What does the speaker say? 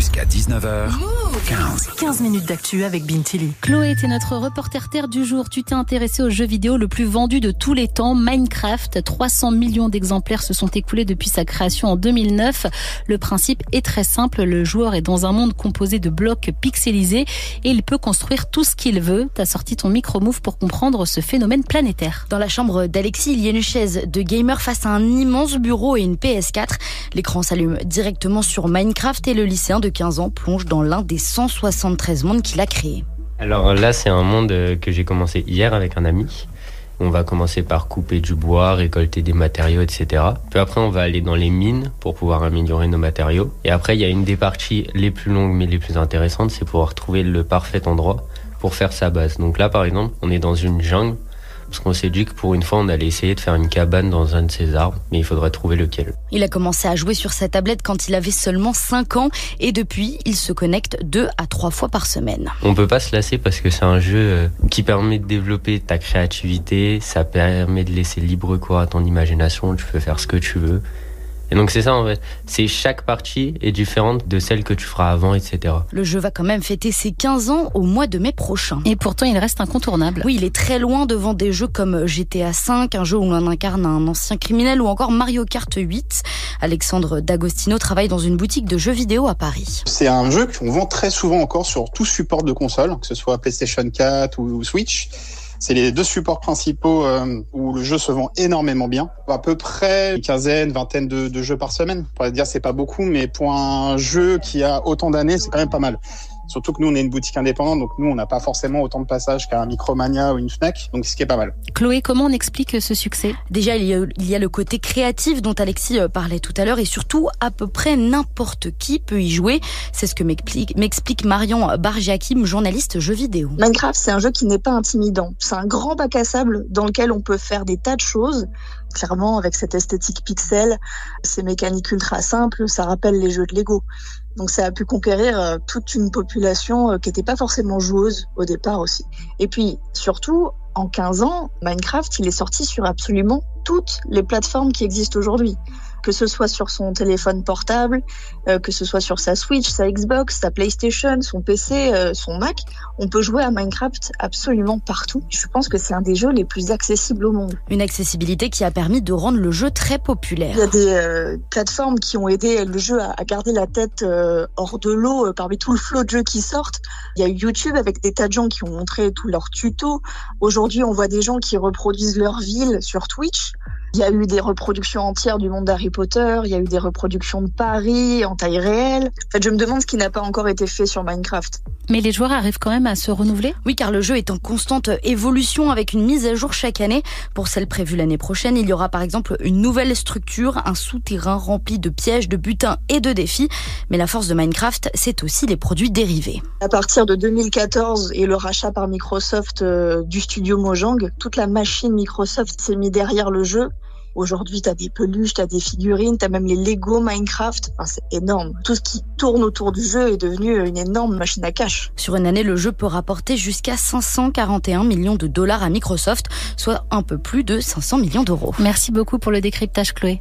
Jusqu'à 19h15. 15 minutes d'actu avec Bintili. Chloé, t'es notre reporter terre du jour. Tu t'es intéressé au jeu vidéo le plus vendu de tous les temps, Minecraft. 300 millions d'exemplaires se sont écoulés depuis sa création en 2009. Le principe est très simple. Le joueur est dans un monde composé de blocs pixelisés et il peut construire tout ce qu'il veut. T'as sorti ton micro-move pour comprendre ce phénomène planétaire. Dans la chambre d'Alexis, il y a une chaise de gamer face à un immense bureau et une PS4. L'écran s'allume directement sur Minecraft et le lycéen de 15 ans plonge dans l'un des 173 mondes qu'il a créés. Alors là, c'est un monde que j'ai commencé hier avec un ami. On va commencer par couper du bois, récolter des matériaux, etc. Puis après, on va aller dans les mines pour pouvoir améliorer nos matériaux. Et après, il y a une des parties les plus longues mais les plus intéressantes, c'est pouvoir trouver le parfait endroit pour faire sa base. Donc là, par exemple, on est dans une jungle. Parce qu'on s'est dit que pour une fois, on allait essayer de faire une cabane dans un de ces arbres, mais il faudrait trouver lequel. Il a commencé à jouer sur sa tablette quand il avait seulement 5 ans et depuis, il se connecte 2 à 3 fois par semaine. On peut pas se lasser parce que c'est un jeu qui permet de développer ta créativité, ça permet de laisser libre cours à ton imagination, tu peux faire ce que tu veux. Et donc c'est ça en fait, c'est chaque partie est différente de celle que tu feras avant, etc. Le jeu va quand même fêter ses 15 ans au mois de mai prochain. Et pourtant il reste incontournable. Oui, il est très loin devant des jeux comme GTA V, un jeu où l'on incarne un ancien criminel, ou encore Mario Kart 8. Alexandre D'Agostino travaille dans une boutique de jeux vidéo à Paris. C'est un jeu qu'on vend très souvent encore sur tout support de console, que ce soit PlayStation 4 ou Switch. C'est les deux supports principaux où le jeu se vend énormément bien. À peu près une quinzaine, vingtaine de jeux par semaine. On pourrait dire c'est pas beaucoup, mais pour un jeu qui a autant d'années, c'est quand même pas mal. Surtout que nous, on est une boutique indépendante, donc nous, on n'a pas forcément autant de passages qu'un Micromania ou une Fnac, donc ce qui est pas mal. Chloé, comment on explique ce succès ? Déjà, il y a le côté créatif dont Alexis parlait tout à l'heure, et surtout, à peu près n'importe qui peut y jouer. C'est ce que m'explique Marion Bargiakim, journaliste jeux vidéo. Minecraft, c'est un jeu qui n'est pas intimidant. C'est un grand bac à sable dans lequel on peut faire des tas de choses. Clairement, avec cette esthétique pixel, ces mécaniques ultra simples, ça rappelle les jeux de Lego. Donc ça a pu conquérir toute une population qui n'était pas forcément joueuse au départ aussi. Et puis surtout, en 15 ans, Minecraft, il est sorti sur absolument toutes les plateformes qui existent aujourd'hui. Que ce soit sur son téléphone portable, que ce soit sur sa Switch, sa Xbox, sa PlayStation, son PC, son Mac, on peut jouer à Minecraft absolument partout. Je pense que c'est un des jeux les plus accessibles au monde. Une accessibilité qui a permis de rendre le jeu très populaire. Il y a des plateformes qui ont aidé le jeu à garder la tête hors de l'eau parmi tout le flot de jeux qui sortent. Il y a eu YouTube avec des tas de gens qui ont montré tous leurs tutos. Aujourd'hui, on voit des gens qui reproduisent leur ville sur Twitch. Il y a eu des reproductions entières du monde d'Harry Potter, il y a eu des reproductions de Paris en taille réelle. En fait, je me demande ce qui n'a pas encore été fait sur Minecraft. Mais les joueurs arrivent quand même à se renouveler ? Oui, car le jeu est en constante évolution avec une mise à jour chaque année. Pour celle prévue l'année prochaine, il y aura par exemple une nouvelle structure, un souterrain rempli de pièges, de butins et de défis. Mais la force de Minecraft, c'est aussi les produits dérivés. À partir de 2014 et le rachat par Microsoft du studio Mojang, toute la machine Microsoft s'est mise derrière le jeu. Aujourd'hui, t'as des peluches, t'as des figurines, t'as même les Lego Minecraft. Enfin, c'est énorme. Tout ce qui tourne autour du jeu est devenu une énorme machine à cash. Sur une année, le jeu peut rapporter jusqu'à 541 millions de dollars à Microsoft, soit un peu plus de 500 millions d'euros. Merci beaucoup pour le décryptage, Chloé.